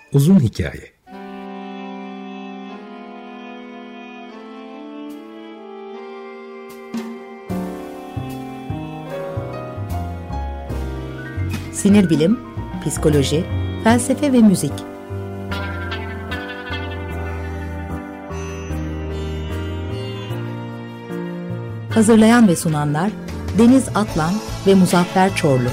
Uzun hikaye. Sinir bilim, psikoloji, felsefe ve müzik. Hazırlayan ve sunanlar Deniz Atlan ve Muzaffer Çorlu.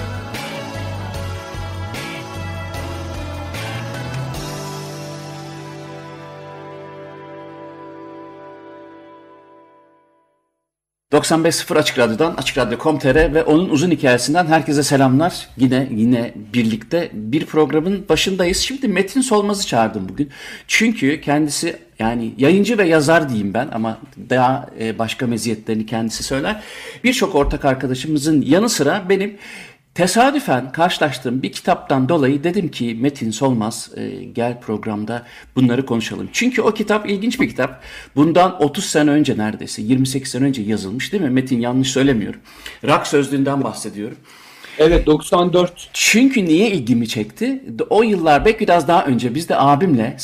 ...95.0 Açık Radyo'dan, Açık Radyo.com.tr ve onun uzun hikayesinden herkese selamlar. Yine birlikte bir programın başındayız. Şimdi Metin Solmaz'ı çağırdım bugün. Çünkü kendisi yani yayıncı ve yazar diyeyim ben ama daha başka meziyetlerini kendisi söyler. Birçok ortak arkadaşımızın yanı sıra benim tesadüfen karşılaştığım bir kitaptan dolayı dedim ki Metin Solmaz gel programda bunları konuşalım. Çünkü o kitap ilginç bir kitap. Bundan 30 sene önce neredeyse 28 sene önce yazılmış değil mi Metin, yanlış söylemiyorum. Rock sözlüğünden bahsediyorum. Evet, 94. Çünkü niye ilgimi çekti? O yıllar belki biraz daha önce biz de abimle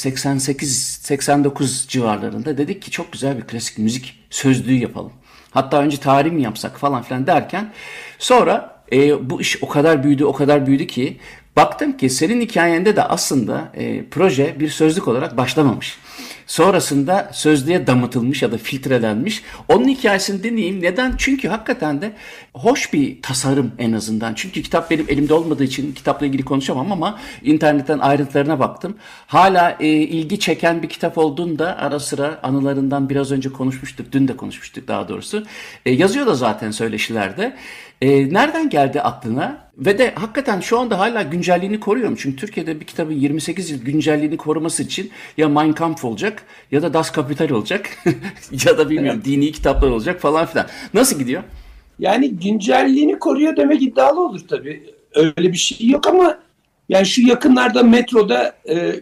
88-89 civarlarında dedik ki çok güzel bir klasik müzik sözlüğü yapalım. Hatta önce tarih mi yapsak falan filan derken sonra bu iş o kadar büyüdü ki baktım ki senin hikayende de aslında proje bir sözlük olarak başlamamış. Sonrasında sözlüğe damıtılmış ya da filtrelenmiş. Onun hikayesini dinleyeyim. Neden? Çünkü hakikaten de hoş bir tasarım en azından. Çünkü kitap benim elimde olmadığı için kitapla ilgili konuşamam ama internetten ayrıntılarına baktım. Hala ilgi çeken bir kitap olduğunda ara sıra anılarından biraz önce konuşmuştuk. Dün de konuşmuştuk daha doğrusu. Yazıyor da zaten söyleşilerde. Nereden geldi aklına? Ve de hakikaten şu anda hala güncelliğini koruyor mu? Çünkü Türkiye'de bir kitabın 28 yıl güncelliğini koruması için ya Mein Kampf olacak ya da Das Kapital olacak ya da bilmiyorum dini kitaplar olacak falan filan. Nasıl gidiyor? Yani güncelliğini koruyor demek iddialı olur tabii. Öyle bir şey yok ama yani şu yakınlarda metroda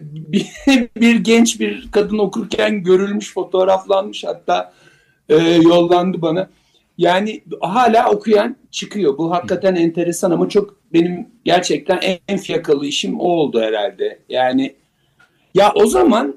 bir genç bir kadın okurken görülmüş, fotoğraflanmış, hatta yollandı bana. Yani hala okuyan çıkıyor. Bu hakikaten enteresan ama çok benim gerçekten en fiyakalı işim o oldu herhalde. Yani ya o zaman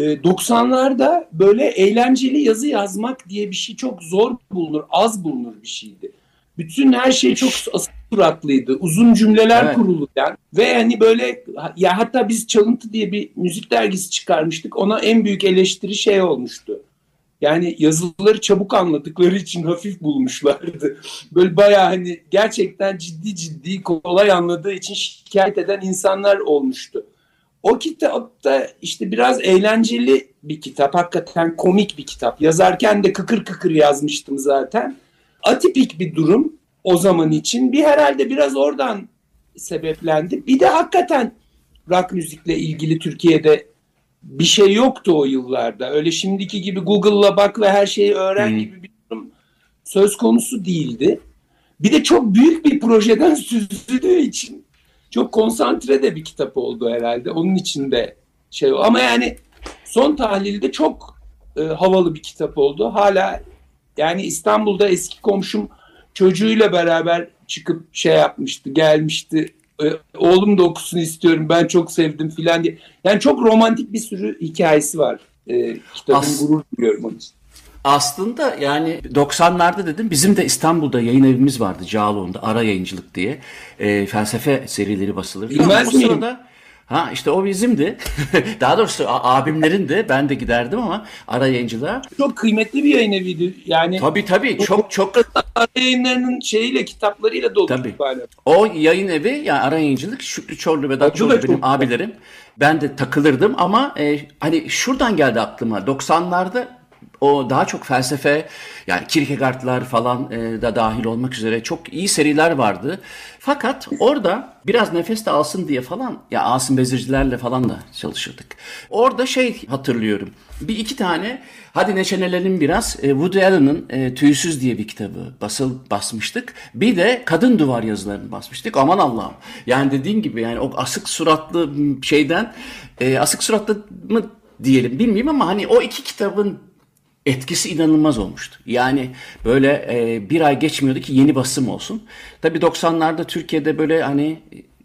90'larda böyle eğlenceli yazı yazmak diye bir şey çok zor bulunur, az bulunur bir şeydi. Bütün her şey çok asık suratlıydı. Uzun cümleler kurulu yani. Ve hani böyle ya hatta biz Çalıntı diye bir müzik dergisi çıkarmıştık. Ona en büyük eleştiri şey olmuştu. Yani yazıları çabuk anladıkları için hafif bulmuşlardı. Böyle bayağı hani gerçekten ciddi kolay anladığı için şikayet eden insanlar olmuştu. O kitapta işte biraz eğlenceli bir kitap. Hakikaten komik bir kitap. Yazarken de kıkır kıkır yazmıştım zaten. Atipik bir durum o zaman için. Herhalde biraz oradan sebeplendi. Bir de hakikaten rock müzikle ilgili Türkiye'de bir şey yoktu o yıllarda. Öyle şimdiki gibi Google'la bak ve her şeyi öğren gibi bir durum söz konusu değildi. Bir de çok büyük bir projeden süzüldüğü için çok konsantre de bir kitap oldu herhalde. Onun için de şey ama yani son tahlilde çok havalı bir kitap oldu. Hala yani İstanbul'da eski komşum çocuğuyla beraber çıkıp şey yapmıştı, gelmişti. Oğlum da okusun istiyorum, ben çok sevdim filan diye. Yani çok romantik bir sürü hikayesi var kitabın, gurur duyuyorum onun için. Aslında yani 90'larda dedim bizim de İstanbul'da yayın evimiz vardı Cağaloğlu'nda, Ara Yayıncılık diye felsefe serileri basılır. Bilmez miyim? Sırada, işte o bizimdi. Daha doğrusu abimlerin de, ben de giderdim ama Ara Yayıncılığa. Çok kıymetli bir yayın eviydi. Yani tabii çok Ara Yayınlarının şeyiyle, kitaplarıyla dolu. Tabii. O yayın evi yani Ara Yayıncılık, Şükrü Çorlu, Vedat Çorlu benim abilerim. Ben de takılırdım ama hani şuradan geldi aklıma 90'larda o daha çok felsefe yani Kierkegaard'lar falan da dahil olmak üzere çok iyi seriler vardı. Fakat orada biraz nefes de alsın diye falan ya Asım Bezircilerle falan da çalışırdık. Orada hatırlıyorum. Bir iki tane hadi neşelenelim biraz Woody Allen'ın Tüysüz diye bir kitabı basmıştık. Bir de Kadın Duvar yazılarını basmıştık. Aman Allah'ım. Yani dediğin gibi yani o asık suratlı şeyden asık suratlı mı diyelim bilmiyorum ama hani o iki kitabın etkisi inanılmaz olmuştu. Yani böyle bir ay geçmiyordu ki yeni basım olsun. Tabii 90'larda Türkiye'de böyle hani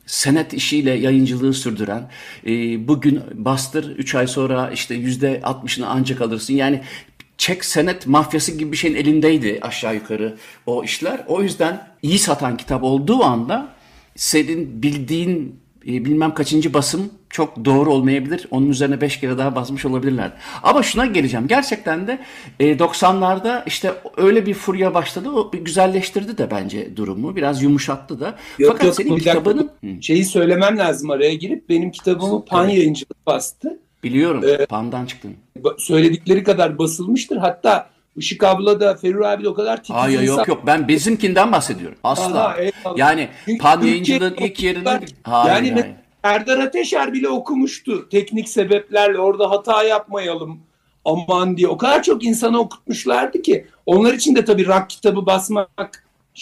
senet işiyle yayıncılığı sürdüren, bugün bastır 3 ay sonra işte %60'ını ancak alırsın. Yani çek senet mafyası gibi bir şeyin elindeydi aşağı yukarı o işler. O yüzden iyi satan kitap olduğu anda senin bildiğin bilmem kaçıncı basım çok doğru olmayabilir. Onun üzerine 5 kere daha basmış olabilirler. Ama şuna geleceğim. Gerçekten de 90'larda işte öyle bir furya başladı. O bir güzelleştirdi de bence durumu. Biraz yumuşattı da. Fakat senin kitabının... Şeyi söylemem lazım araya girip. Benim kitabımı Pan Yayıncılık bastı. Biliyorum. Pan'dan çıktın. Söyledikleri kadar basılmıştır. Hatta Işık abla da Ferruh abi de o kadar titiz Hayır, insan. yok ben bizimkinden bahsediyorum. Asla. Aha, Yani çünkü Pan Yayıncılığın ilk yerinde... Yani Erdar Ateşer bile okumuştu. Teknik sebeplerle orada hata yapmayalım aman diye. O kadar çok insana okutmuşlardı ki. Onlar için de tabii rock kitabı basmak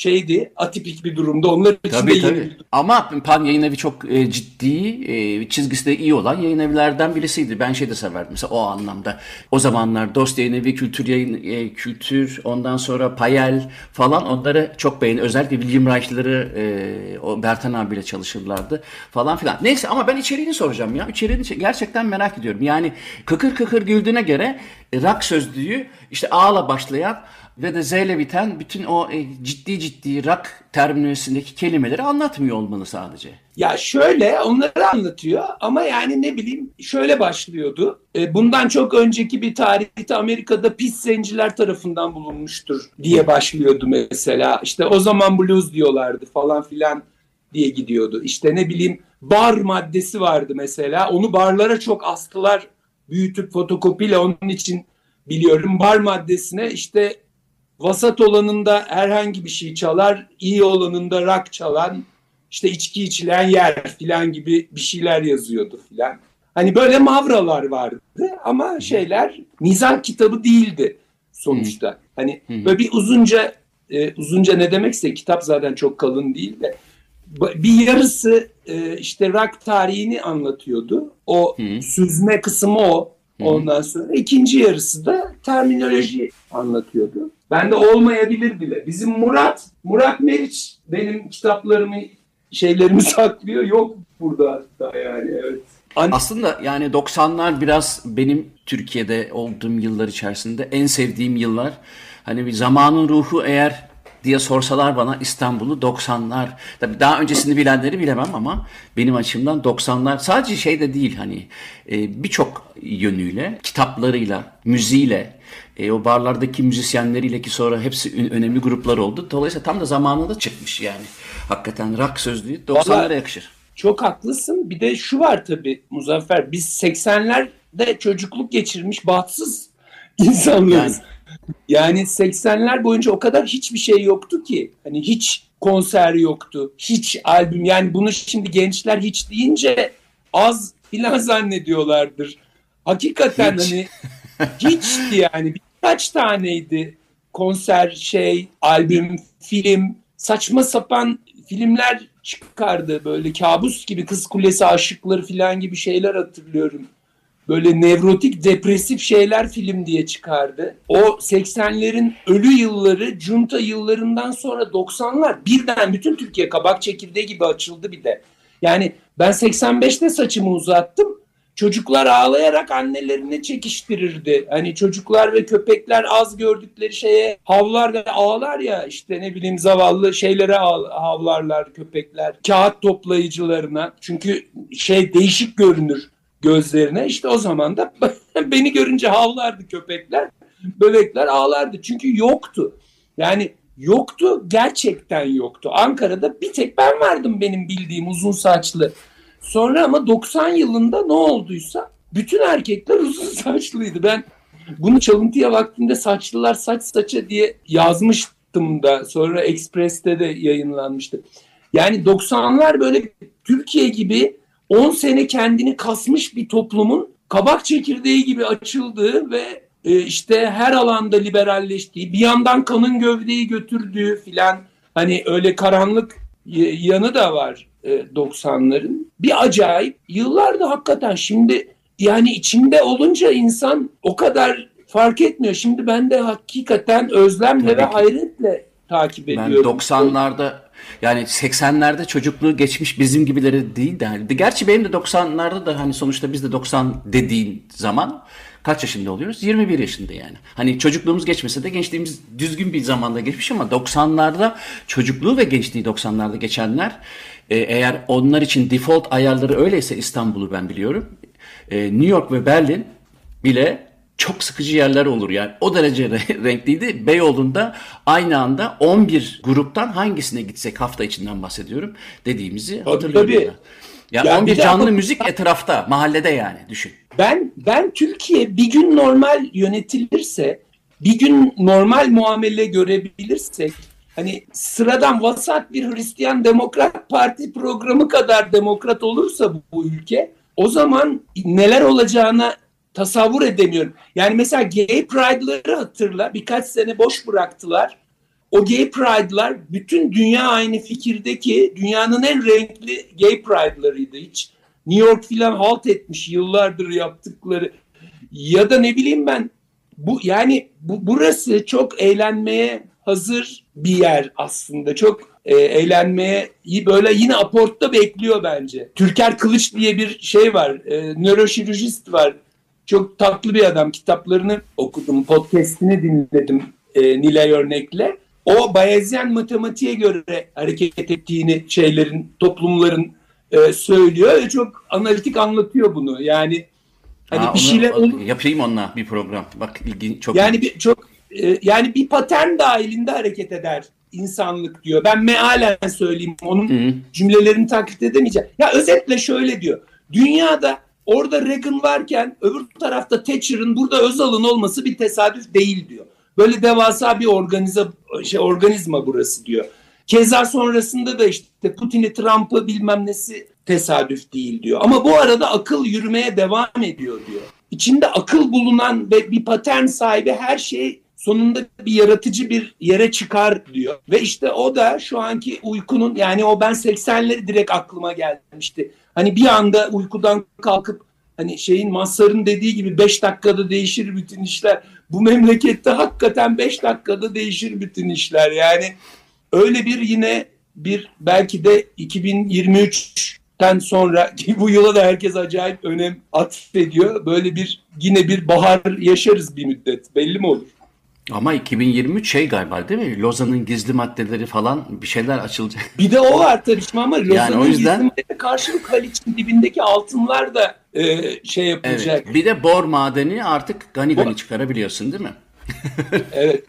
atipik bir durumda. Onlar için tabii, de tabii. Ama Pan Yayın Evi çok ciddi, çizgisi de iyi olan yayın evlerden birisiydi. Ben de severdim mesela o anlamda. O zamanlar Dost Yayın Evi, Kültür, ondan sonra Payel falan onları çok beğendim. Özellikle William Reich'ları o Bertan abiyle çalışırlardı falan filan. Neyse ama ben içeriğini soracağım ya. İçeriğini gerçekten merak ediyorum. Yani kıkır kıkır güldüğüne göre rock sözlüğü işte A'la başlayan ve de Z ile biten bütün o ciddi rock terminolojisindeki kelimeleri anlatmıyor olmalı sadece. Ya şöyle onları anlatıyor ama yani ne bileyim şöyle başlıyordu. Bundan çok önceki bir tarihte Amerika'da pis zenciler tarafından bulunmuştur diye başlıyordu mesela. İşte o zaman blues diyorlardı falan filan diye gidiyordu. İşte ne bileyim bar maddesi vardı mesela. Onu barlara çok astılar büyütüp fotokopiyle onun için biliyorum. Bar maddesine işte vasat olanında herhangi bir şey çalar, iyi olanında rock çalan, işte içki içilen yer filan gibi bir şeyler yazıyordu filan. Hani böyle mavralar vardı ama şeyler mizah kitabı değildi sonuçta. Hani böyle bir uzunca ne demekse kitap zaten çok kalın değil de bir yarısı işte rock tarihini anlatıyordu. O süzme kısmı o. Ondan sonra ikinci yarısı da terminoloji anlatıyordu. Ben de olmayabilir bile. Bizim Murat Meriç benim kitaplarımı şeylerimi saklıyor. Yok burada hatta yani evet. Aslında yani 90'lar biraz benim Türkiye'de olduğum yıllar içerisinde en sevdiğim yıllar. Hani bir zamanın ruhu eğer diye sorsalar bana İstanbul'u 90'lar. Tabii daha öncesini bilenleri bilemem ama benim açımdan 90'lar sadece şey de değil hani birçok yönüyle, kitaplarıyla, müziğiyle, o barlardaki müzisyenleriyle ki sonra hepsi önemli gruplar oldu. Dolayısıyla tam da zamanında çıkmış yani. Hakikaten rock sözlüğü 90'lara yakışır. Çok haklısın. Bir de şu var tabii Muzaffer. Biz 80'lerde çocukluk geçirmiş bahtsız insanlarız. Yani 80'ler boyunca o kadar hiçbir şey yoktu ki. Hani hiç konser yoktu. Hiç albüm. Yani bunu şimdi gençler hiç deyince az filan zannediyorlardır. Hakikaten hani hiçti yani. Birkaç taneydi. Konser, albüm, film. Saçma sapan filmler çıkardı. Böyle kabus gibi Kız Kulesi aşıkları filan gibi şeyler hatırlıyorum. Böyle nevrotik, depresif şeyler film diye çıkardı. O 80'lerin ölü yılları, junta yıllarından sonra 90'lar birden bütün Türkiye kabak çekirdeği gibi açıldı bir de. Yani ben 85'te saçımı uzattım. Çocuklar ağlayarak annelerini çekiştirirdi. Hani çocuklar ve köpekler az gördükleri şeye havlar ve ağlar ya işte ne bileyim zavallı şeylere havlarlar köpekler. Kağıt toplayıcılarına. Çünkü değişik görünür gözlerine. İşte o zaman da beni görünce havlardı köpekler. Bebekler ağlardı. Çünkü yoktu. Yani yoktu. Gerçekten yoktu. Ankara'da bir tek ben vardım benim bildiğim uzun saçlı. Sonra ama 90 yılında ne olduysa bütün erkekler uzun saçlıydı. Ben bunu çalıntıya vaktinde saçlılar saç saça diye yazmıştım da sonra Express'te de yayınlanmıştı. Yani 90'lar böyle Türkiye gibi 10 sene kendini kasmış bir toplumun kabak çekirdeği gibi açıldığı ve işte her alanda liberalleştiği, bir yandan kanın gövdeyi götürdüğü filan hani öyle karanlık yanı da var 90'ların. Bir acayip yıllardı hakikaten. Şimdi yani içinde olunca insan o kadar fark etmiyor. Şimdi ben de hakikaten özlemle ve hayretle takip ediyorum. Ben 90'larda Yani 80'lerde çocukluğu geçmiş bizim gibileri değil de. Hani, gerçi benim de 90'larda da hani sonuçta biz de 90 dediğin zaman kaç yaşında oluyoruz? 21 yaşında yani. Hani çocukluğumuz geçmese de gençliğimiz düzgün bir zamanda geçmiş ama 90'larda çocukluğu ve gençliği 90'larda geçenler eğer onlar için default ayarları öyleyse İstanbul'u ben biliyorum. New York ve Berlin bile çok sıkıcı yerler olur yani. O derece renkliydi. Beyoğlu'nda aynı anda 11 gruptan hangisine gitsek hafta içinden bahsediyorum dediğimizi hatırlıyorum. Tabii. Ya yani 11 canlı müzik etrafta, mahallede yani düşün. Ben Türkiye bir gün normal yönetilirse, bir gün normal muamele görebilirsek, hani sıradan vasat bir Hristiyan Demokrat Parti programı kadar demokrat olursa bu ülke, o zaman neler olacağına tasavvur edemiyorum. Yani mesela Gay Pride'ları hatırla, birkaç sene boş bıraktılar. O Gay Pride'lar bütün dünya aynı fikirdeki dünyanın en renkli Gay Pride'larıydı. Hiç New York filan halt etmiş yıllardır yaptıkları. Ya da ne bileyim ben, burası çok eğlenmeye hazır bir yer aslında. Çok eğlenmeye böyle yine aportta bekliyor bence. Türker Kılıç diye bir şey var. Nöroşirurjist var. Çok tatlı bir adam. Kitaplarını okudum. Podcast'ini dinledim Nilay Örnek'le. O Bayezyen matematiğe göre hareket ettiğini toplumların söylüyor ve çok analitik anlatıyor bunu. Yani hani bir şeyler yapayım onunla bir program. Bak ilginç çok. Yani yani bir patern dahilinde hareket eder insanlık diyor. Ben mealen söyleyeyim. Onun cümlelerini taklit edemeyeceğim. Ya özetle şöyle diyor. Dünyada orada Reagan varken öbür tarafta Thatcher'ın, burada Özal'ın olması bir tesadüf değil diyor. Böyle devasa bir organizma burası diyor. Keza sonrasında da işte Putin'i, Trump'ı bilmem nesi tesadüf değil diyor. Ama bu arada akıl yürümeye devam ediyor diyor. İçinde akıl bulunan ve bir patern sahibi her şey sonunda bir yaratıcı bir yere çıkar diyor. Ve işte o da şu anki uykunun, yani o ben 80'leri direkt aklıma gelmişti. Hani bir anda uykudan kalkıp hani Mazhar'ın dediği gibi 5 dakikada değişir bütün işler. Bu memlekette hakikaten 5 dakikada değişir bütün işler. Yani öyle yine belki de 2023'ten sonra ki bu yıla da herkes acayip önem atfediyor. Böyle yine bir bahar yaşarız bir müddet. Belli mi olur? Ama 2023 galiba değil mi? Lozan'ın gizli maddeleri falan bir şeyler açılacak. Bir de o var tabii ama Lozan'ın yani o yüzden... gizli maddeleri karşılık Haliç'in dibindeki altınlar da yapılacak. Evet. Bir de bor madeni artık gani çıkarabiliyorsun değil mi? Evet.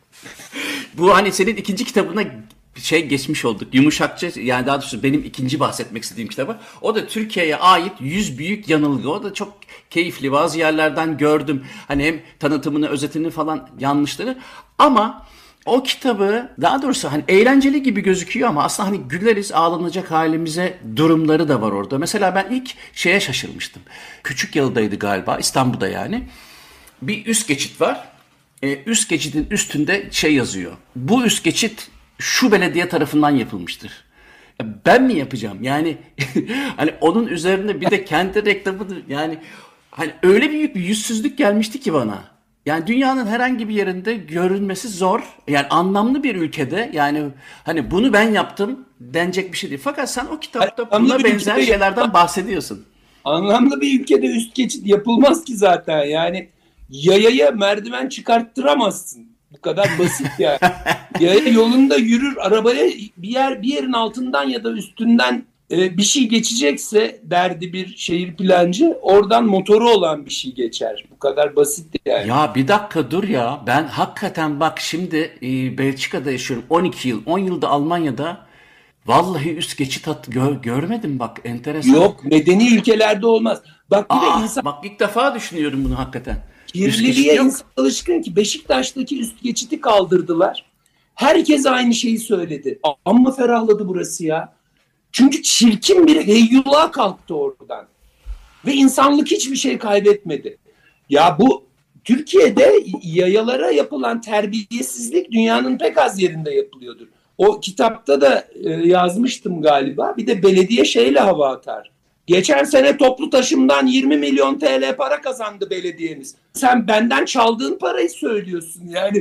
Bu hani senin ikinci kitabına geçmiş olduk. Yumuşakça, yani daha doğrusu benim ikinci bahsetmek istediğim kitabı. O da Türkiye'ye ait 100 büyük yanılgı. O da çok keyifli. Bazı yerlerden gördüm. Hani hem tanıtımını, özetini falan, yanlışları. Ama o kitabı daha doğrusu hani eğlenceli gibi gözüküyor ama aslında hani güleriz, ağlanacak halimize durumları da var orada. Mesela ben ilk şaşırmıştım. Küçükyalı'daydı galiba, İstanbul'da yani. Bir üst geçit var. Üst geçitin üstünde yazıyor. Bu üst geçit şu belediye tarafından yapılmıştır. Ben mi yapacağım? Yani hani onun üzerine bir de kendi reklamıdır. Yani hani öyle büyük bir yüzsüzlük gelmişti ki bana. Yani dünyanın herhangi bir yerinde görünmesi zor. Yani anlamlı bir ülkede, yani hani bunu ben yaptım denecek bir şey değil. Fakat sen o kitapta buna benzer şeylerden bahsediyorsun. Anlamlı bir ülkede üst geçit yapılmaz ki zaten. Yani yayaya merdiven çıkarttıramazsın. Bu kadar basit yani. Yaya yolunda yürür, arabaya bir yerin altından ya da üstünden bir şey geçecekse derdi bir şehir plancı, oradan motoru olan bir şey geçer. Bu kadar basit yani. Ya bir dakika dur ya. Ben hakikaten bak şimdi Belçika'da yaşıyorum. 12 yıl, 10 yılda Almanya'da vallahi üst geçit görmedim bak, enteresan. Yok, medeni ülkelerde olmaz. Bak bir de insan... Bak ilk defa düşünüyorum bunu hakikaten. Kirliliğe insan alışkın ki Beşiktaş'taki üst geçiti kaldırdılar. Herkes aynı şeyi söyledi. Amma ferahladı burası ya. Çünkü çirkin bir heyyula kalktı oradan. Ve insanlık hiçbir şey kaybetmedi. Ya bu Türkiye'de yayalara yapılan terbiyesizlik dünyanın pek az yerinde yapılıyordur. O kitapta da yazmıştım galiba. Bir de belediye hava atar. Geçen sene toplu taşımdan 20 milyon TL para kazandı belediyemiz. Sen benden çaldığın parayı söylüyorsun. Yani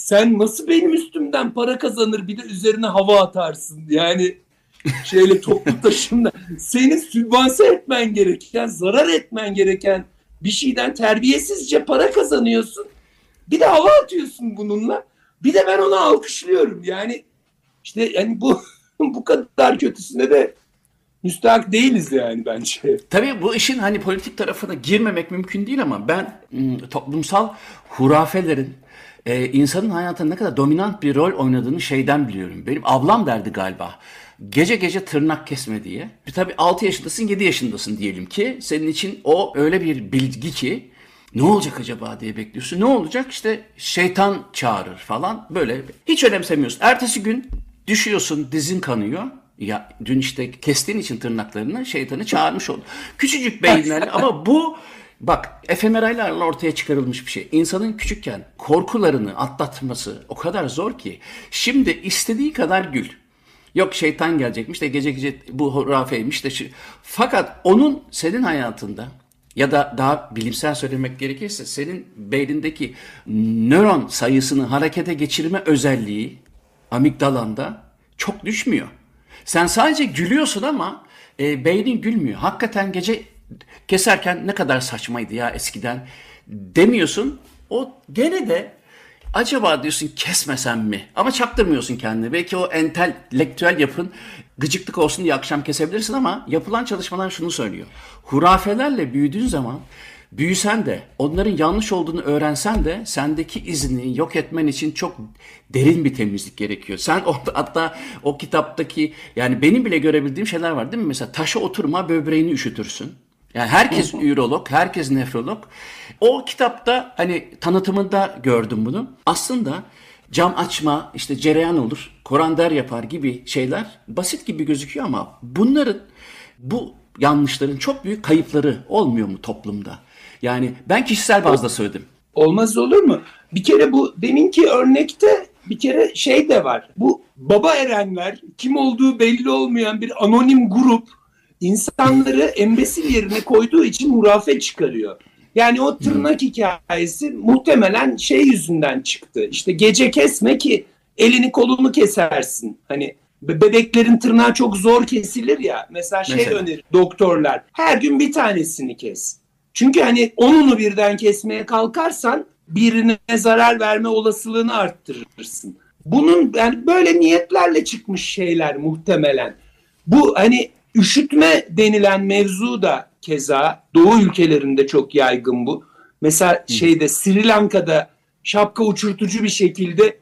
sen nasıl benim üstümden para kazanır bir de üzerine hava atarsın? Yani şeyle toplu taşımda senin sübvanse etmen gereken, zarar etmen gereken bir şeyden terbiyesizce para kazanıyorsun. Bir de hava atıyorsun bununla. Bir de ben onu alkışlıyorum. Yani işte yani bu kadar kötüsüne de müstahak değiliz yani bence. Tabii bu işin hani politik tarafına girmemek mümkün değil ama ben toplumsal hurafelerin insanın hayatında ne kadar dominant bir rol oynadığını şeyden biliyorum. Benim ablam derdi galiba. Gece gece tırnak kesme diye. Tabii 6 yaşındasın, 7 yaşındasın diyelim ki. Senin için o öyle bir bilgi ki ne olacak acaba diye bekliyorsun. Ne olacak? İşte şeytan çağırır falan. Böyle hiç önemsemiyorsun. Ertesi gün düşüyorsun, dizin kanıyor. Ya dün işte kestiğin için tırnaklarını şeytanı çağırmış oldu. Küçücük beyinlerle ama bu bak efemeraylarla ortaya çıkarılmış bir şey. İnsanın küçükken korkularını atlatması o kadar zor ki. Şimdi istediği kadar gül. Yok şeytan gelecekmiş de gece gece bu hurafeymiş de şu. Fakat onun senin hayatında ya da daha bilimsel söylemek gerekirse senin beynindeki nöron sayısını harekete geçirme özelliği amigdalanda çok düşmüyor. Sen sadece gülüyorsun ama beynin gülmüyor. Hakikaten gece keserken ne kadar saçmaydı ya eskiden demiyorsun. O gene de acaba diyorsun kesmesem mi? Ama çaktırmıyorsun kendini. Belki o entelektüel yapın gıcıklık olsun diye akşam kesebilirsin ama yapılan çalışmalar şunu söylüyor. Hurafelerle büyüdüğün zaman büyüsen de onların yanlış olduğunu öğrensen de sendeki izini yok etmen için çok derin bir temizlik gerekiyor. Sen hatta o kitaptaki yani benim bile görebildiğim şeyler var değil mi? Mesela taşa oturma böbreğini üşütürsün. Yani herkes ürolog, herkes nefrolog. O kitapta hani tanıtımında gördüm bunu. Aslında cam açma, işte cereyan olur, korander yapar gibi şeyler basit gibi gözüküyor ama bu yanlışların çok büyük kayıpları olmuyor mu toplumda? Yani ben kişisel bazda söyledim. Olmaz olur mu? Bir kere bu deminki örnekte bir kere şey de var. Bu baba erenler, kim olduğu belli olmayan bir anonim grup insanları embesil yerine koyduğu için hurafe çıkarıyor. Yani o tırnak hikayesi muhtemelen şey yüzünden çıktı. İşte gece kesme ki elini kolunu kesersin. Hani bebeklerin tırnağı çok zor kesilir ya. Mesela önerir doktorlar. Her gün bir tanesini kes. Çünkü hani onunu birden kesmeye kalkarsan birine zarar verme olasılığını arttırırsın. Bunun yani böyle niyetlerle çıkmış şeyler muhtemelen. Bu hani üşütme denilen mevzu da keza Doğu ülkelerinde çok yaygın bu. Mesela Sri Lanka'da şapka uçurtucu bir şekilde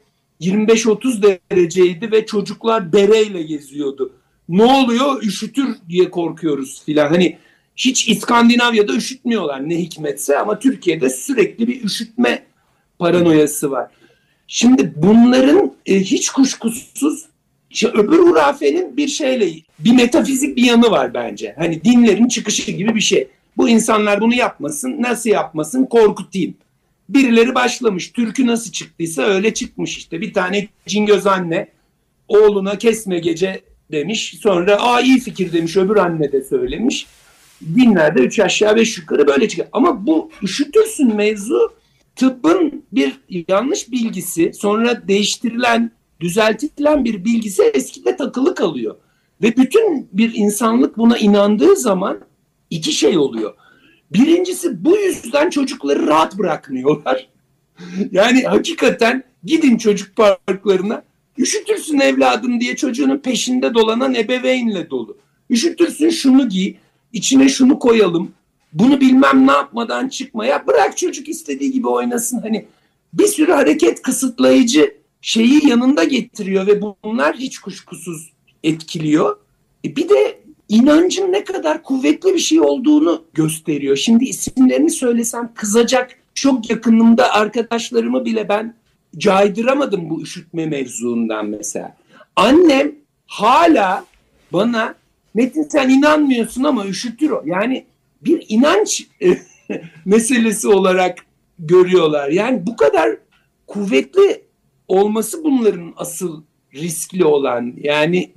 25-30 dereceydi ve çocuklar bereyle geziyordu. Ne oluyor? Üşütür diye korkuyoruz filan. Hani hiç İskandinavya'da üşütmüyorlar ne hikmetse ama Türkiye'de sürekli bir üşütme paranoyası var. Şimdi bunların hiç kuşkusuz öbür hurafenin bir metafizik bir yanı var bence. Hani dinlerin çıkışı gibi bir şey. Bu insanlar bunu yapmasın, nasıl yapmasın korkutayım. Birileri başlamış, türkü nasıl çıktıysa öyle çıkmış işte. Bir tane cingöz anne oğluna kesme gece demiş. Sonra iyi fikir demiş, öbür anne de söylemiş. Dinlerde 3 aşağı 5 yukarı böyle çıkıyor. Ama bu üşütürsün mevzu tıbbın bir yanlış bilgisi, sonra değiştirilen, düzeltilen bir bilgisi eskide takılı kalıyor. Ve bütün bir insanlık buna inandığı zaman iki şey oluyor. Birincisi bu yüzden çocukları rahat bırakmıyorlar. Yani hakikaten gidin çocuk parklarına, üşütürsün evladım diye çocuğunun peşinde dolanan ebeveynle dolu. Üşütürsün şunu giy, içine şunu koyalım, bunu bilmem ne yapmadan çıkmaya bırak çocuk istediği gibi oynasın. Hani bir sürü hareket kısıtlayıcı şeyi yanında getiriyor ve bunlar hiç kuşkusuz etkiliyor. Bir de inancın ne kadar kuvvetli bir şey olduğunu gösteriyor. Şimdi isimlerini söylesem kızacak çok yakınımda arkadaşlarımı bile ben caydıramadım bu üşütme mevzuundan mesela. Annem hala bana Metin sen inanmıyorsun ama üşütür o. Yani bir inanç meselesi olarak görüyorlar. Yani bu kadar kuvvetli olması bunların asıl riskli olan. Yani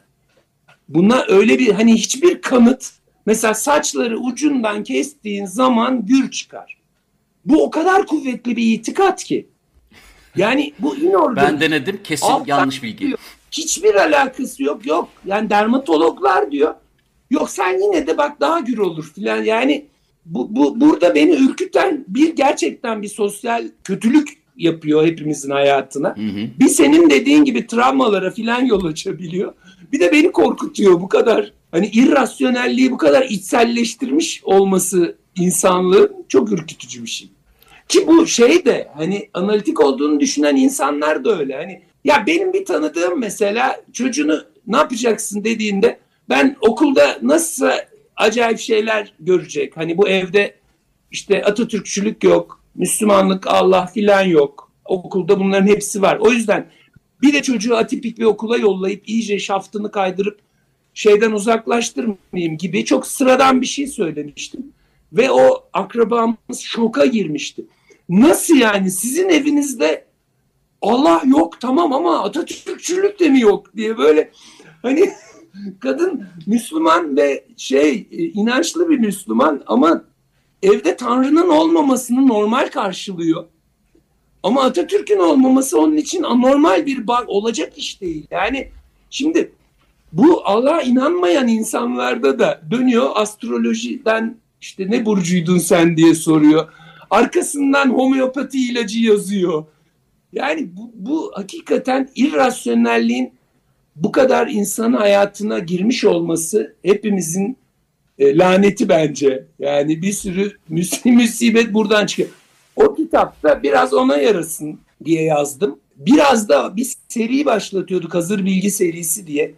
buna öyle bir hani hiçbir kanıt mesela saçları ucundan kestiğin zaman gür çıkar. Bu o kadar kuvvetli bir itikat ki. Yani bu inorganik. Ben denedim, kesin yanlış bilgi. Diyor. Hiçbir alakası yok. Yani dermatologlar diyor. Yok sen yine de bak daha gür olur filan. Yani burada beni ürküten gerçekten bir sosyal kötülük yapıyor hepimizin hayatına. Bir senin dediğin gibi travmalara filan yol açabiliyor. Bir de beni korkutuyor bu kadar. Hani irrasyonelliği bu kadar içselleştirmiş olması insanlığın çok ürkütücü bir şey. Ki bu şey de hani analitik olduğunu düşünen insanlar da öyle. Hani ya benim bir tanıdığım mesela çocuğunu ne yapacaksın dediğinde ben okulda nasıl acayip şeyler görecek. Hani bu evde işte Atatürkçülük yok, Müslümanlık, Allah filan yok. Okulda bunların hepsi var. O yüzden bir de çocuğu atipik bir okula yollayıp iyice şaftını kaydırıp şeyden uzaklaştırmayayım gibi çok sıradan bir şey söylemiştim. Ve o akrabamız şoka girmişti. Nasıl yani sizin evinizde Allah yok tamam ama Atatürkçülük de mi yok diye böyle hani kadın Müslüman ve inançlı bir Müslüman ama evde Tanrı'nın olmamasını normal karşılıyor. Ama Atatürk'ün olmaması onun için anormal bir bağ olacak iş değil. Yani şimdi bu Allah'a inanmayan insanlarda da dönüyor astrolojiden işte ne burcuydun sen diye soruyor. Arkasından homeopati ilacı yazıyor. Yani bu hakikaten irrasyonelliğin bu kadar insanın hayatına girmiş olması hepimizin laneti bence. Yani bir sürü musibet buradan çıkıyor. O kitapta biraz ona yarasın diye yazdım. Biraz da bir seri başlatıyorduk. Hazır Bilgi serisi diye.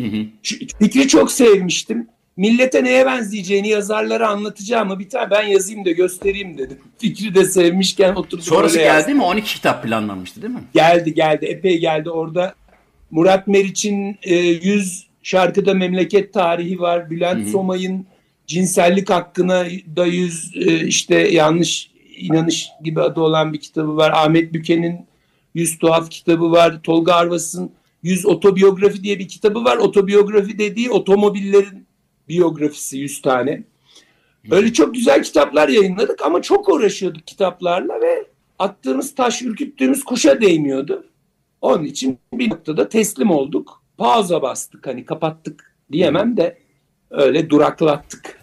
Fikri çok sevmiştim. Millete neye benzeyeceğini yazarlara anlatacağımı bir tane ben yazayım da göstereyim dedim. Fikri de sevmişken oturduk. Sonrası geldi mi? 12 kitap planlanmıştı değil mi? Geldi. Epey geldi. Orada Murat Meriç'in 100 şarkıda memleket tarihi var. Bülent Somay'ın cinsellik hakkına da 100 işte yanlış inanış gibi adı olan bir kitabı var. Ahmet Büke'nin 100 tuhaf kitabı var. Tolga Arvas'ın 100 otobiyografi diye bir kitabı var. Otobiyografi dediği otomobillerin biyografisi 100 tane. Öyle çok güzel kitaplar yayınladık ama çok uğraşıyorduk kitaplarla ve attığımız taş ürküttüğümüz kuşa değmiyordu. Onun için bir noktada teslim olduk. Pauza bastık hani kapattık diyemem de öyle duraklattık.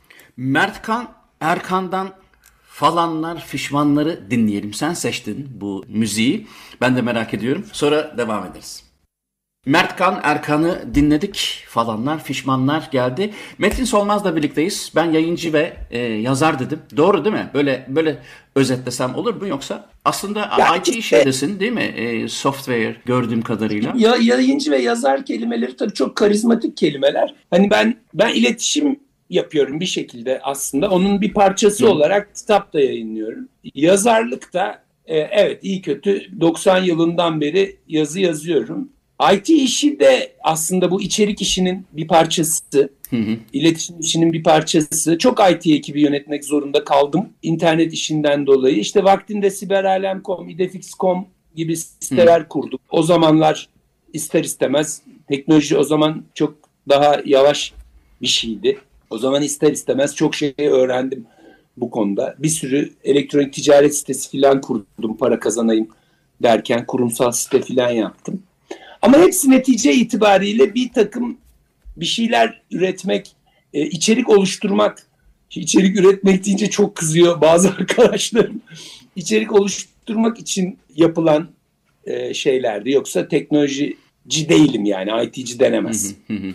Mertkan Erkan'dan Falanlar Fişmanları dinleyelim. Sen seçtin bu müziği. Ben de merak ediyorum. Sonra devam ederiz. Mertkan Erkan'ı dinledik. Falanlar Fişmanlar geldi. Metin Solmaz'la birlikteyiz. Ben yayıncı ve yazar dedim. Doğru değil mi? Böyle özetlesem olur mu yoksa? Aslında ya IT işindesin değil mi? Software gördüğüm kadarıyla. Yayıncı ve yazar kelimeleri tabii çok karizmatik kelimeler. Hani ben iletişim yapıyorum bir şekilde aslında. Onun bir parçası olarak kitap da yayınlıyorum. Yazarlık da evet iyi kötü 90 yılından beri yazı yazıyorum. IT işi de aslında bu içerik işinin bir parçası. İletişim işinin bir parçası. Çok IT ekibi yönetmek zorunda kaldım. İnternet işinden dolayı. İşte vaktinde siberalem.com, idefix.com gibi siteler kurdum. O zamanlar ister istemez teknoloji o zaman çok daha yavaş bir şeydi. O zaman ister istemez çok şey öğrendim bu konuda. Bir sürü elektronik ticaret sitesi falan kurdum para kazanayım derken kurumsal site falan yaptım. Ama hepsi netice itibariyle bir takım bir şeyler üretmek, içerik oluşturmak. İçerik üretmek deyince çok kızıyor bazı arkadaşlarım. İçerik oluşturmak için yapılan şeylerdi. Yoksa teknolojici değilim yani. IT'ci denemez.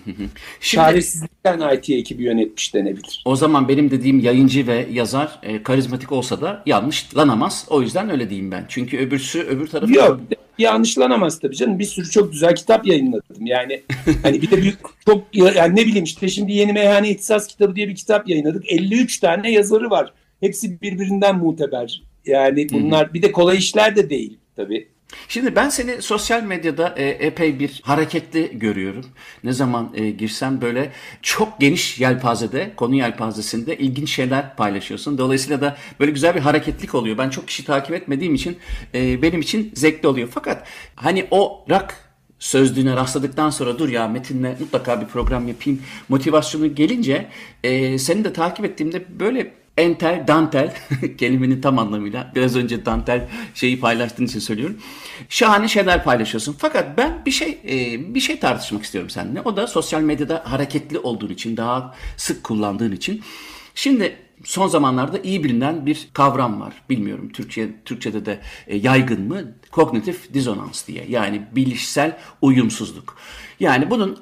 Çaresizlikten IT ekibi yönetmiş denebilir. O zaman benim dediğim yayıncı ve yazar karizmatik olsa da yanlışlanamaz. O yüzden öyle diyeyim ben. Çünkü öbür tarafı... Yok. Yanlışlanamaz tabii canım. Bir sürü çok güzel kitap yayınladım. Yani hani bir de büyük çok yani ne bileyim işte şimdi Yeni Meyhane İhtisas Kitabı diye bir kitap yayınladık. 53 tane yazarı var. Hepsi birbirinden muteber. Yani bunlar bir de kolay işler de değil tabii. Şimdi ben seni sosyal medyada epey bir hareketli görüyorum. Ne zaman girsem böyle çok geniş yelpazede, konu yelpazesinde ilginç şeyler paylaşıyorsun. Dolayısıyla da böyle güzel bir hareketlik oluyor. Ben çok kişi takip etmediğim için benim için zevkli oluyor. Fakat hani o rock sözlüğüne rastladıktan sonra dur ya Metin'le mutlaka bir program yapayım motivasyonu gelince seni de takip ettiğimde böyle entel, dantel kelimenin tam anlamıyla, biraz önce dantel şeyi paylaştığın için söylüyorum. Şahane şeyler paylaşıyorsun. Fakat ben bir şey tartışmak istiyorum seninle. O da sosyal medyada hareketli olduğun için, daha sık kullandığın için. Şimdi son zamanlarda iyi bilinen bir kavram var. Bilmiyorum Türkçe'de de yaygın mı? Kognitif dizonans diye. Yani bilişsel uyumsuzluk. Yani bunun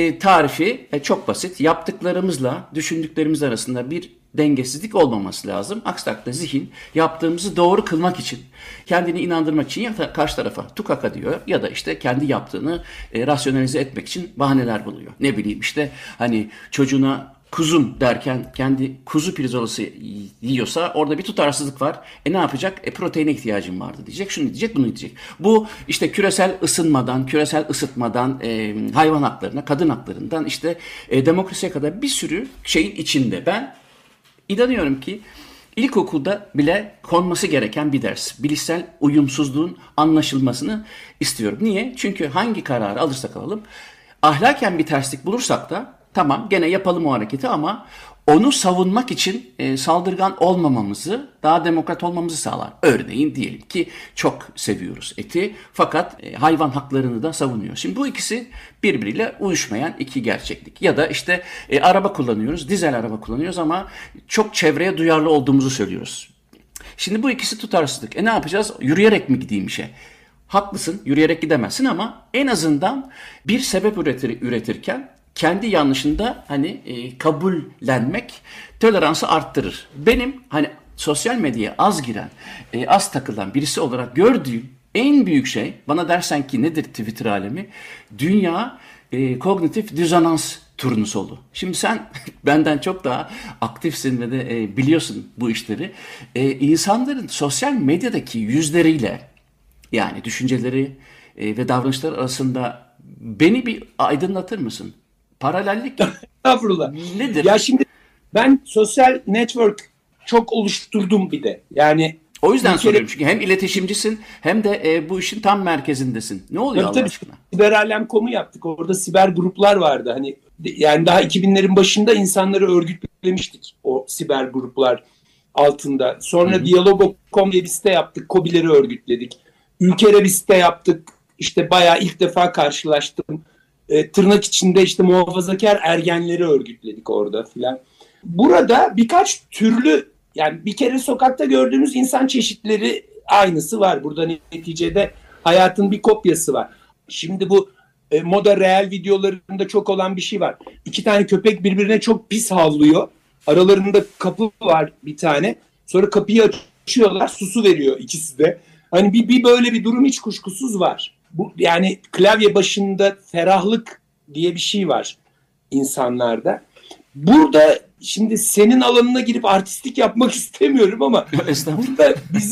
tarifi çok basit. Yaptıklarımızla düşündüklerimiz arasında bir dengesizlik olmaması lazım. Aksi takdirde zihin yaptığımızı doğru kılmak için, kendini inandırmak için ya da karşı tarafa tukaka diyor ya da işte kendi yaptığını rasyonalize etmek için bahaneler buluyor. Ne bileyim işte hani çocuğuna kuzum derken kendi kuzu pirzolası yiyorsa orada bir tutarsızlık var. Ne yapacak? Proteine ihtiyacım vardı diyecek. Şunu diyecek, bunu diyecek. Bu işte küresel ısınmadan, küresel ısıtmadan, hayvan haklarına, kadın haklarından işte demokrasiye kadar bir sürü şeyin içinde. Ben İnanıyorum ki ilkokulda bile konması gereken bir ders. Bilişsel uyumsuzluğun anlaşılmasını istiyorum. Niye? Çünkü hangi kararı alırsak alalım, ahlaken bir terslik bulursak da tamam gene yapalım o hareketi ama onu savunmak için saldırgan olmamamızı, daha demokrat olmamızı sağlar. Örneğin diyelim ki çok seviyoruz eti fakat hayvan haklarını da savunuyor. Şimdi bu ikisi birbiriyle uyuşmayan iki gerçeklik. Ya da işte araba kullanıyoruz, dizel araba kullanıyoruz ama çok çevreye duyarlı olduğumuzu söylüyoruz. Şimdi bu ikisi tutarsızlık. Ne yapacağız? Yürüyerek mi gideyim işe? Haklısın, yürüyerek gidemezsin ama en azından bir sebep üretirken kendi yanlışında hani kabullenmek toleransı arttırır. Benim hani sosyal medyaya az giren, az takılan birisi olarak gördüğüm en büyük şey, bana dersen ki nedir Twitter alemi? Dünya kognitif dizonans turnusolu. Şimdi sen benden çok daha aktifsin ve de biliyorsun bu işleri. İnsanların sosyal medyadaki yüzleriyle, yani düşünceleri ve davranışlar arasında beni bir aydınlatır mısın? Paralellik Estağfurullah. nedir? Ya şimdi ben sosyal network çok oluşturdum bir de. Yani o yüzden soruyorum çünkü hem iletişimcisin hem de bu işin tam merkezindesin. Ne oluyor Allah aşkına? Siberalem.com'u yaptık. Orada siber gruplar vardı. Hani yani daha 2000'lerin başında insanları örgütlemiştik o siber gruplar altında. Sonra Dialogo.com diye bir site yaptık. KOBİ'leri örgütledik. Ülker'e bir site yaptık. İşte bayağı ilk defa karşılaştım. Tırnak içinde işte muhafazakar ergenleri örgütledik orada filan. Burada birkaç türlü, yani bir kere sokakta gördüğümüz insan çeşitleri aynısı var. Burada neticede hayatın bir kopyası var. Şimdi bu moda real videolarında çok olan bir şey var. İki tane köpek birbirine çok pis havlıyor. Aralarında kapı var bir tane. Sonra kapıyı açıyorlar, susu veriyor ikisi de. Hani bir böyle bir durum hiç kuşkusuz var. Bu yani klavye başında ferahlık diye bir şey var insanlarda. Burada şimdi senin alanına girip artistlik yapmak istemiyorum ama burada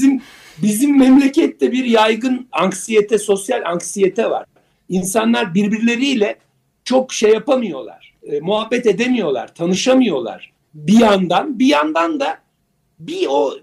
bizim memlekette bir yaygın anksiyete, sosyal anksiyete var. İnsanlar birbirleriyle çok şey yapamıyorlar, muhabbet edemiyorlar, tanışamıyorlar bir yandan da bir o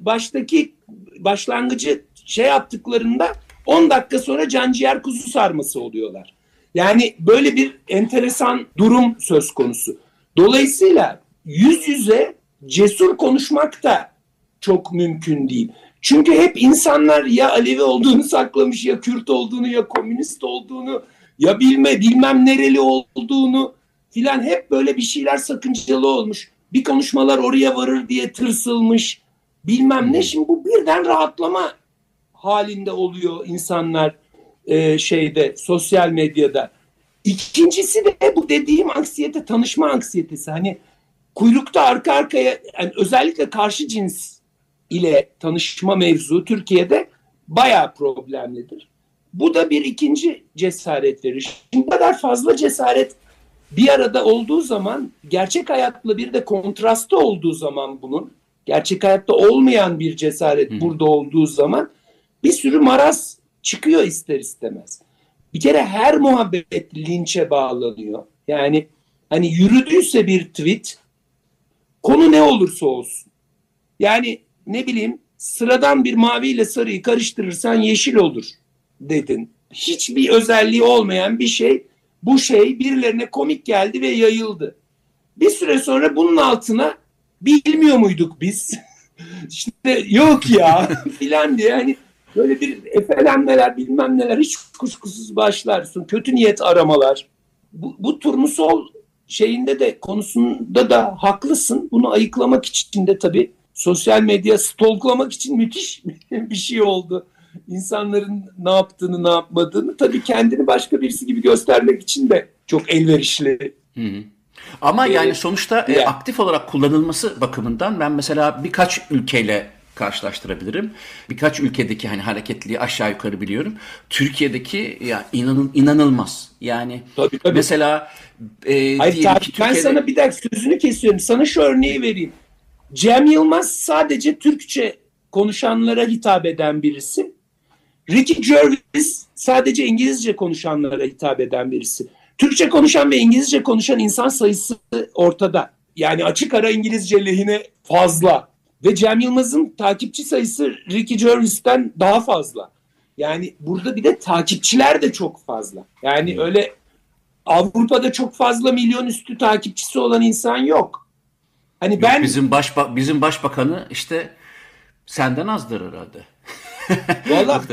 başlangıcı şey yaptıklarında 10 dakika sonra canciğer kuzu sarması oluyorlar. Yani böyle bir enteresan durum söz konusu. Dolayısıyla yüz yüze cesur konuşmak da çok mümkün değil. Çünkü hep insanlar ya Alevi olduğunu saklamış, ya Kürt olduğunu, ya komünist olduğunu, ya bilmem nereli olduğunu filan, hep böyle bir şeyler sakıncalı olmuş. Bir konuşmalar oraya varır diye tırsılmış bilmem ne. Şimdi bu birden rahatlama halinde oluyor insanlar sosyal medyada. İkincisi de bu dediğim anksiyete, tanışma anksiyetesi. Hani kuyrukta arka arkaya, yani özellikle karşı cins ile tanışma mevzu Türkiye'de bayağı problemlidir. Bu da bir ikinci cesaret verir. Şimdi bu kadar fazla cesaret bir arada olduğu zaman, gerçek hayatla bir de kontrastı olduğu zaman, bunun gerçek hayatta olmayan bir cesaret burada olduğu zaman bir sürü maraz çıkıyor ister istemez. Bir kere her muhabbet linçe bağlanıyor. Yani hani yürüdüyse bir tweet, konu ne olursa olsun. Yani ne bileyim, sıradan bir maviyle sarıyı karıştırırsan yeşil olur dedin. Hiçbir özelliği olmayan bir şey, bu şey birilerine komik geldi ve yayıldı. Bir süre sonra bunun altına bilmiyor muyduk biz İşte yok ya filan diye hani böyle bir efelenmeler bilmem neler hiç kuşkusuz başlarsın. Kötü niyet aramalar. Bu turnusol şeyinde de konusunda da haklısın. Bunu ayıklamak için de tabii sosyal medya stalklamak için müthiş bir şey oldu. İnsanların ne yaptığını ne yapmadığını tabii kendini başka birisi gibi göstermek için de çok elverişli. Hı hı. Ama yani sonuçta yani. aktif olarak kullanılması bakımından ben mesela birkaç ülkeyle karşılaştırabilirim. Birkaç ülkedeki hani hareketliği aşağı yukarı biliyorum. Türkiye'deki ya inanılmaz. Yani tabii. mesela Hayır, diyelim ki ben Türkiye'de... sana bir dakika sözünü kesiyorum. Sana şu örneği vereyim. Cem Yılmaz sadece Türkçe konuşanlara hitap eden birisi. Ricky Gervais sadece İngilizce konuşanlara hitap eden birisi. Türkçe konuşan ve İngilizce konuşan insan sayısı ortada. Yani açık ara İngilizce lehine fazla. Ve Cem Yılmaz'ın takipçi sayısı Ricky Gervais'ten daha fazla. Yani burada bir de takipçiler de çok fazla. Yani öyle Avrupa'da çok fazla milyon üstü takipçisi olan insan yok. Hani Yok, ben bizim başbakanı işte senden azdır herhalde. valla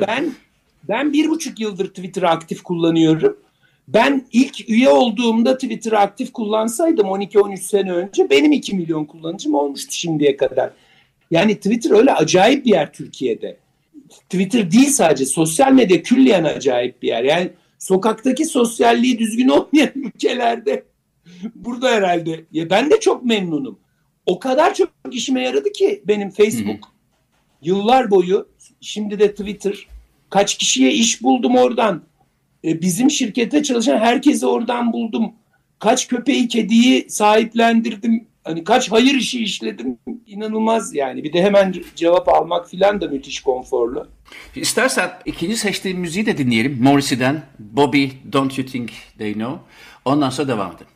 ben 1,5 yıldır Twitter'ı aktif kullanıyorum. Ben ilk üye olduğumda Twitter'ı aktif kullansaydım 12-13 sene önce benim 2 milyon kullanıcım olmuştu şimdiye kadar. Yani Twitter öyle acayip bir yer Türkiye'de. Twitter değil sadece sosyal medya külliyen acayip bir yer. Yani sokaktaki sosyalliği düzgün olmayan ülkelerde burada herhalde. Ya ben de çok memnunum. O kadar çok işime yaradı ki benim Facebook yıllar boyu, şimdi de Twitter. Kaç kişiye iş buldum oradan. Bizim şirkette çalışan herkesi oradan buldum. Kaç köpeği, kediyi sahiplendirdim. Hani kaç hayır işi işledim. İnanılmaz yani. Bir de hemen cevap almak filan da müthiş konforlu. İstersen ikinci seçtiğim müziği de dinleyelim. Morrissey'den Bobby, Don't You Think They Know. Ondan sonra devam edelim.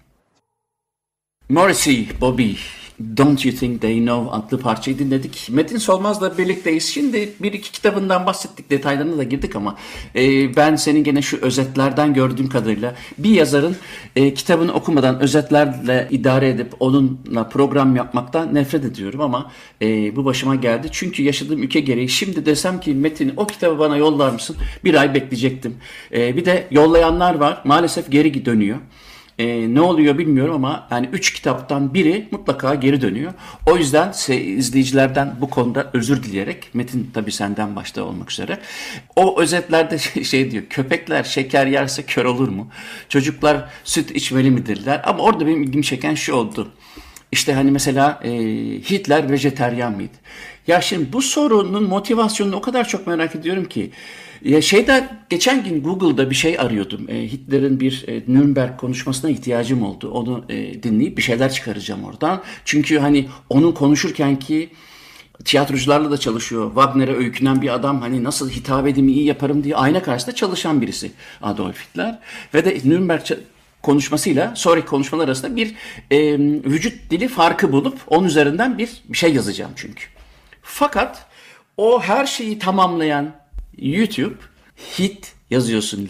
Morrissey, Bobby, Don't You Think They Know adlı parçayı dinledik. Metin Solmaz'la birlikteyiz. Şimdi bir iki kitabından bahsettik. Detaylarına da girdik ama ben senin gene şu özetlerden gördüğüm kadarıyla bir yazarın kitabını okumadan özetlerle idare edip onunla program yapmaktan nefret ediyorum ama bu başıma geldi. Çünkü yaşadığım ülke gereği şimdi desem ki Metin o kitabı bana yollar mısın? Bir ay bekleyecektim. Bir de yollayanlar var. Maalesef geri dönüyor. Ne oluyor bilmiyorum ama yani 3 kitaptan biri mutlaka geri dönüyor. O yüzden izleyicilerden bu konuda özür dileyerek Metin tabii senden başta olmak üzere o özetlerde şey diyor, köpekler şeker yerse kör olur mu? Çocuklar süt içmeli midirler? Ama orada benim ilgimi çeken şu oldu. İşte hani mesela Hitler vejeteryan mıydı? Ya şimdi bu sorunun motivasyonunu o kadar çok merak ediyorum ki. Ya geçen gün Google'da bir şey arıyordum. Hitler'in bir Nürnberg konuşmasına ihtiyacım oldu. Onu dinleyip bir şeyler çıkaracağım oradan. Çünkü hani onun konuşurken ki tiyatrocularla da çalışıyor. Wagner'e öykünen bir adam hani nasıl hitap edeyim iyi yaparım diye ayna karşısında çalışan birisi Adolf Hitler. Ve de Nürnberg konuşmasıyla sonraki konuşmalar arasında bir vücut dili farkı bulup onun üzerinden bir şey yazacağım çünkü. Fakat o her şeyi tamamlayan YouTube hit yazıyorsun.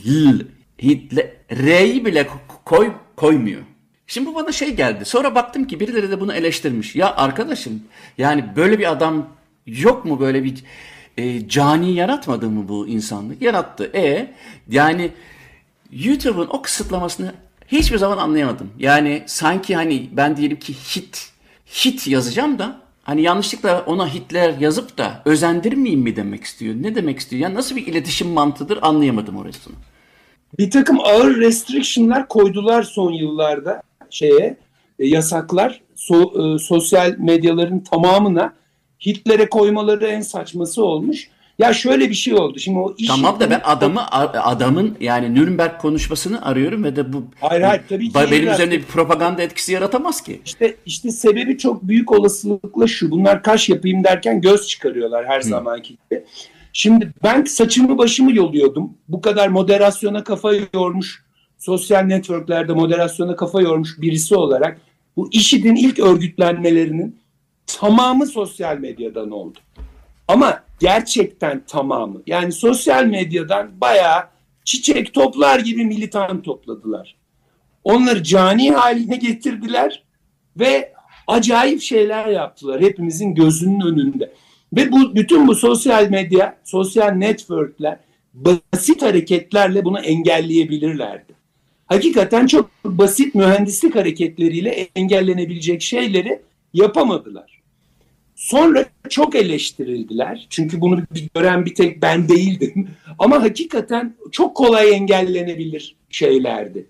R'yi bile koymuyor. Şimdi bu bana şey geldi. Sonra baktım ki birileri de bunu eleştirmiş. Ya arkadaşım yani böyle bir adam yok mu, böyle bir cani yaratmadı mı bu insanlık? Yarattı. Yani YouTube'un o kısıtlamasını hiçbir zaman anlayamadım. Yani sanki hani ben diyelim ki hit yazacağım da hani yanlışlıkla ona Hitler yazıp da özendirmeyeyim mi demek istiyor? Ne demek istiyor? Yani nasıl bir iletişim mantığıdır anlayamadım orasını. Bir takım ağır restriction'lar koydular son yıllarda yasaklar. Sosyal medyaların tamamına Hitler'e koymaları en saçması olmuş. Ya şöyle bir şey oldu. Şimdi o iş tamam da ben adamın yani Nürnberg konuşmasını arıyorum ve de bu hayır, tabii ki benim üzerinde bir propaganda etkisi yaratamaz ki. İşte sebebi çok büyük olasılıkla şu. Bunlar kaş yapayım derken göz çıkarıyorlar her zamanki gibi. Şimdi ben saçımı başımı yoluyordum. Bu kadar moderasyona kafa yormuş, sosyal networklerde moderasyona kafa yormuş birisi olarak bu IŞİD'in ilk örgütlenmelerinin tamamı sosyal medyadan oldu. Ama gerçekten tamamı. Yani sosyal medyadan bayağı çiçek toplar gibi militan topladılar. Onları cani haline getirdiler ve acayip şeyler yaptılar hepimizin gözünün önünde. Ve bütün bu sosyal medya, sosyal networkler basit hareketlerle bunu engelleyebilirlerdi. Hakikaten çok basit mühendislik hareketleriyle engellenebilecek şeyleri yapamadılar. Sonra çok eleştirildiler. Çünkü bunu gören bir tek ben değildim. Ama hakikaten çok kolay engellenebilir şeylerdi.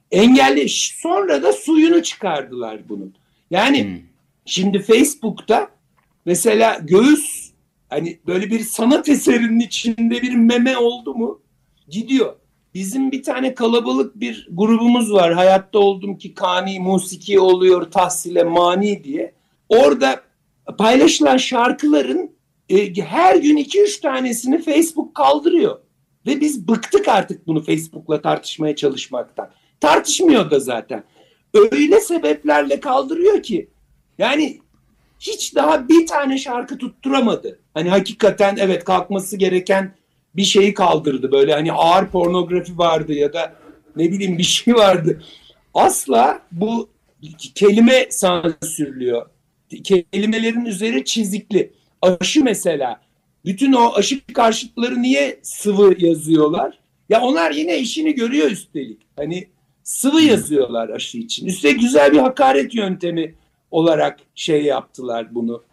Sonra da suyunu çıkardılar bunun. Yani şimdi Facebook'ta mesela göğüs, hani böyle bir sanat eserinin içinde bir meme oldu mu gidiyor. Bizim bir tane kalabalık bir grubumuz var. Hayatta oldum ki kani musiki oluyor tahsile mani diye. Orada paylaşılan şarkıların her gün 2-3 tanesini Facebook kaldırıyor. Ve biz bıktık artık bunu Facebook'la tartışmaya çalışmaktan. Tartışmıyor da zaten. Öyle sebeplerle kaldırıyor ki yani hiç daha bir tane şarkı tutturamadı. Hani hakikaten evet kalkması gereken bir şeyi kaldırdı. Böyle hani ağır pornografi vardı ya da ne bileyim bir şey vardı. Asla bu kelime sansürlüyor. Kelimelerin üzeri çizikli. Aşı mesela. Bütün o aşı karşıtları niye sıvı yazıyorlar? Ya onlar yine işini görüyor üstelik. Hani sıvı yazıyorlar aşı için. Üstelik güzel bir hakaret yöntemi olarak şey yaptılar bunu.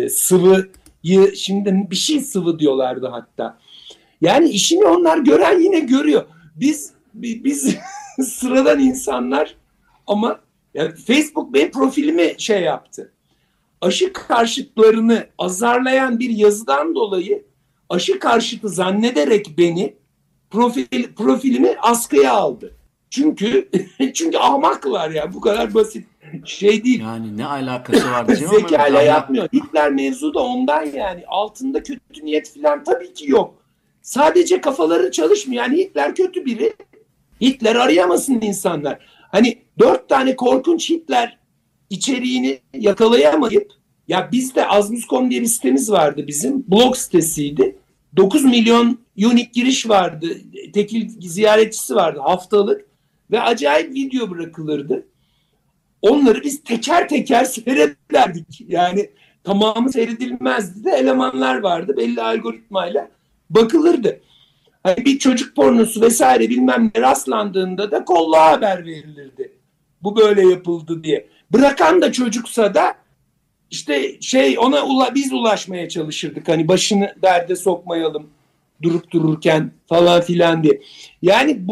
Sıvıyı şimdi bir şey sıvı diyorlardı hatta. Yani işini onlar gören yine görüyor. Biz sıradan insanlar ama yani Facebook benim profilimi şey yaptı. Aşı karşıtlarını azarlayan bir yazıdan dolayı aşı karşıtı zannederek beni profilimi askıya aldı. Çünkü ahmaklar ya, bu kadar basit şey değil. Yani ne alakası var diyeceğim ama zekayla yapmıyor. Hitler mevzu da ondan yani. Altında kötü niyet falan tabii ki yok. Sadece kafaları çalışmıyor. Yani Hitler kötü biri. Hitler arayamasın insanlar. Hani 4 tane korkunç Hitler içeriğini yakalayamayıp, ya bizde Azmus.com diye bir sitemiz vardı bizim. Blog sitesiydi. 9 milyon unique giriş vardı. Tekil ziyaretçisi vardı haftalık. Ve acayip video bırakılırdı. Onları biz teker teker seyrederdik. Yani tamamı seyredilmezdi de elemanlar vardı. Belli algoritmayla bakılırdı. Hani bir çocuk pornosu vesaire bilmem ne rastlandığında da kolla haber verilirdi. Bu böyle yapıldı diye. Bırakan da çocuksa da işte ona biz ulaşmaya çalışırdık. Hani başını derde sokmayalım durup dururken falan filan diye. Yani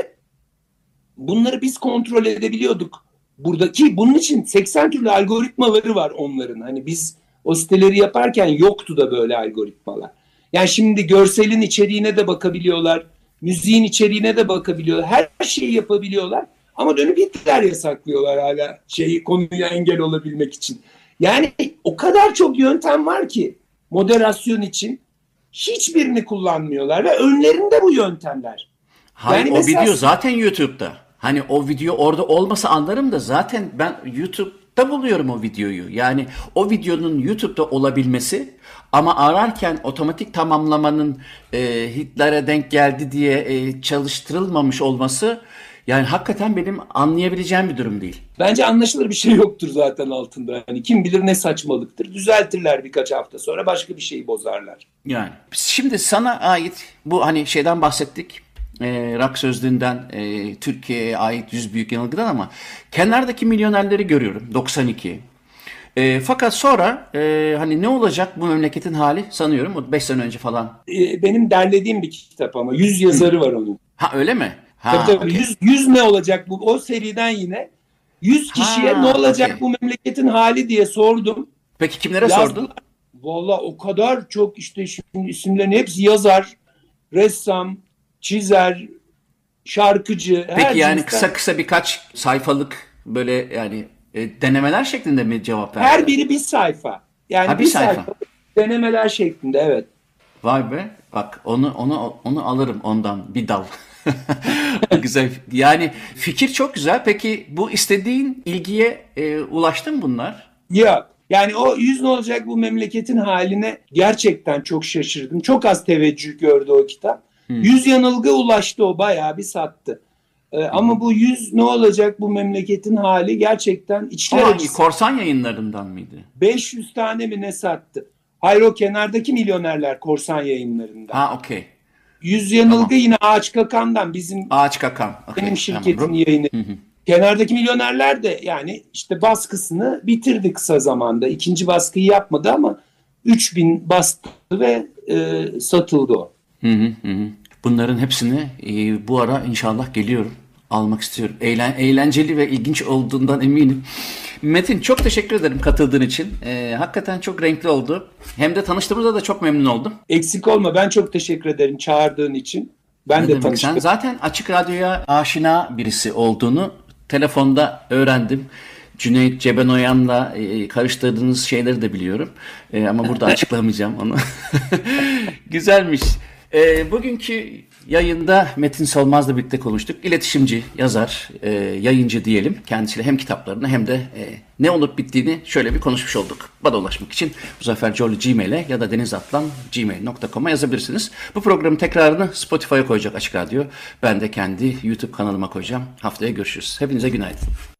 bunları biz kontrol edebiliyorduk. Buradaki bunun için 80 türlü algoritmaları var onların. Hani biz o siteleri yaparken yoktu da böyle algoritmalar. Yani şimdi görselin içeriğine de bakabiliyorlar, müziğin içeriğine de bakabiliyorlar, her şeyi yapabiliyorlar. Ama dönüp Hitler yasaklıyorlar hala konuya engel olabilmek için. Yani o kadar çok yöntem var ki moderasyon için hiçbirini kullanmıyorlar ve önlerinde bu yöntemler. Hayır, yani o video zaten YouTube'da. Hani o video orada olmasa anlarım da zaten ben YouTube'da buluyorum o videoyu. Yani o videonun YouTube'da olabilmesi ama ararken otomatik tamamlamanın Hitler'e denk geldi diye çalıştırılmamış olması yani hakikaten benim anlayabileceğim bir durum değil. Bence anlaşılır bir şey yoktur zaten altında. Hani kim bilir ne saçmalıktır. Düzeltirler birkaç hafta sonra, başka bir şeyi bozarlar. Yani şimdi sana ait bu hani şeyden bahsettik. Rock sözlüğünden Türkiye'ye ait 100 büyük yanılgıdan ama kenardaki milyonerleri görüyorum 92. Fakat sonra hani ne olacak bu memleketin hali sanıyorum 5 sene önce falan. Benim derlediğim bir kitap ama 100 yazarı var onun. Ha öyle mi? Tabii. Okay. 100 ne olacak bu? O seriden yine 100 kişiye ne olacak bu memleketin hali diye sordum. Peki kimlere sordun? Valla o kadar çok, işte şimdi isimlerin hepsi yazar, ressam, çizer, şarkıcı. Peki yani kısa birkaç sayfalık böyle yani denemeler şeklinde mi cevap verdi? Her biri bir sayfa. Yani bir sayfa denemeler şeklinde, evet. Vay be, bak onu alırım ondan bir dal. Güzel. Yani fikir çok güzel. Peki bu istediğin ilgiye ulaştı mı bunlar? Ya yani o 100 ne olacak bu memleketin haline gerçekten çok şaşırdım. Çok az teveccüh gördü o kitap. 100 yanılgı ulaştı, o bayağı bir sattı. Ama bu 100 ne olacak bu memleketin hali gerçekten içler Ama acısı. korsan yayınlarından mıydı? 500 tane mi ne sattı? Hayır, o kenardaki milyonerler korsan yayınlarından. Ha, okey. 100 yanılgı Tamam. yine Ağaç Kakan'dan, bizim Ağaç Kakan. Okay, benim şirketin tamam. yayını. Kenardaki milyonerler de yani işte baskısını bitirdi kısa zamanda. İkinci baskıyı yapmadı ama 3000 bastı ve satıldı o. Bunların hepsini bu ara inşallah geliyorum. Almak istiyorum. Eğlenceli ve ilginç olduğundan eminim. Metin, çok teşekkür ederim katıldığın için. Hakikaten çok renkli oldu. Hem de tanıştığımızda da çok memnun oldum. Eksik olma, ben çok teşekkür ederim çağırdığın için. Ben Ne de demek, tanıştım. sen zaten Açık Radyo'ya aşina birisi olduğunu telefonda öğrendim. Cüneyt Cebenoyan'la karıştırdığınız şeyleri de biliyorum. Ama burada açıklamayacağım onu. Güzelmiş. Bugünkü yayında Metin Solmaz'la birlikte konuştuk. İletişimci, yazar, yayıncı diyelim. Kendisiyle hem kitaplarını hem de ne olup bittiğini şöyle bir konuşmuş olduk. Bana ulaşmak için Muzaffer Çorlu Gmail'e ya da denizatlan@gmail.com'a yazabilirsiniz. Bu programın tekrarını Spotify'a koyacak Açık Radyo. Ben de kendi YouTube kanalıma koyacağım. Haftaya görüşürüz. Hepinize günaydın.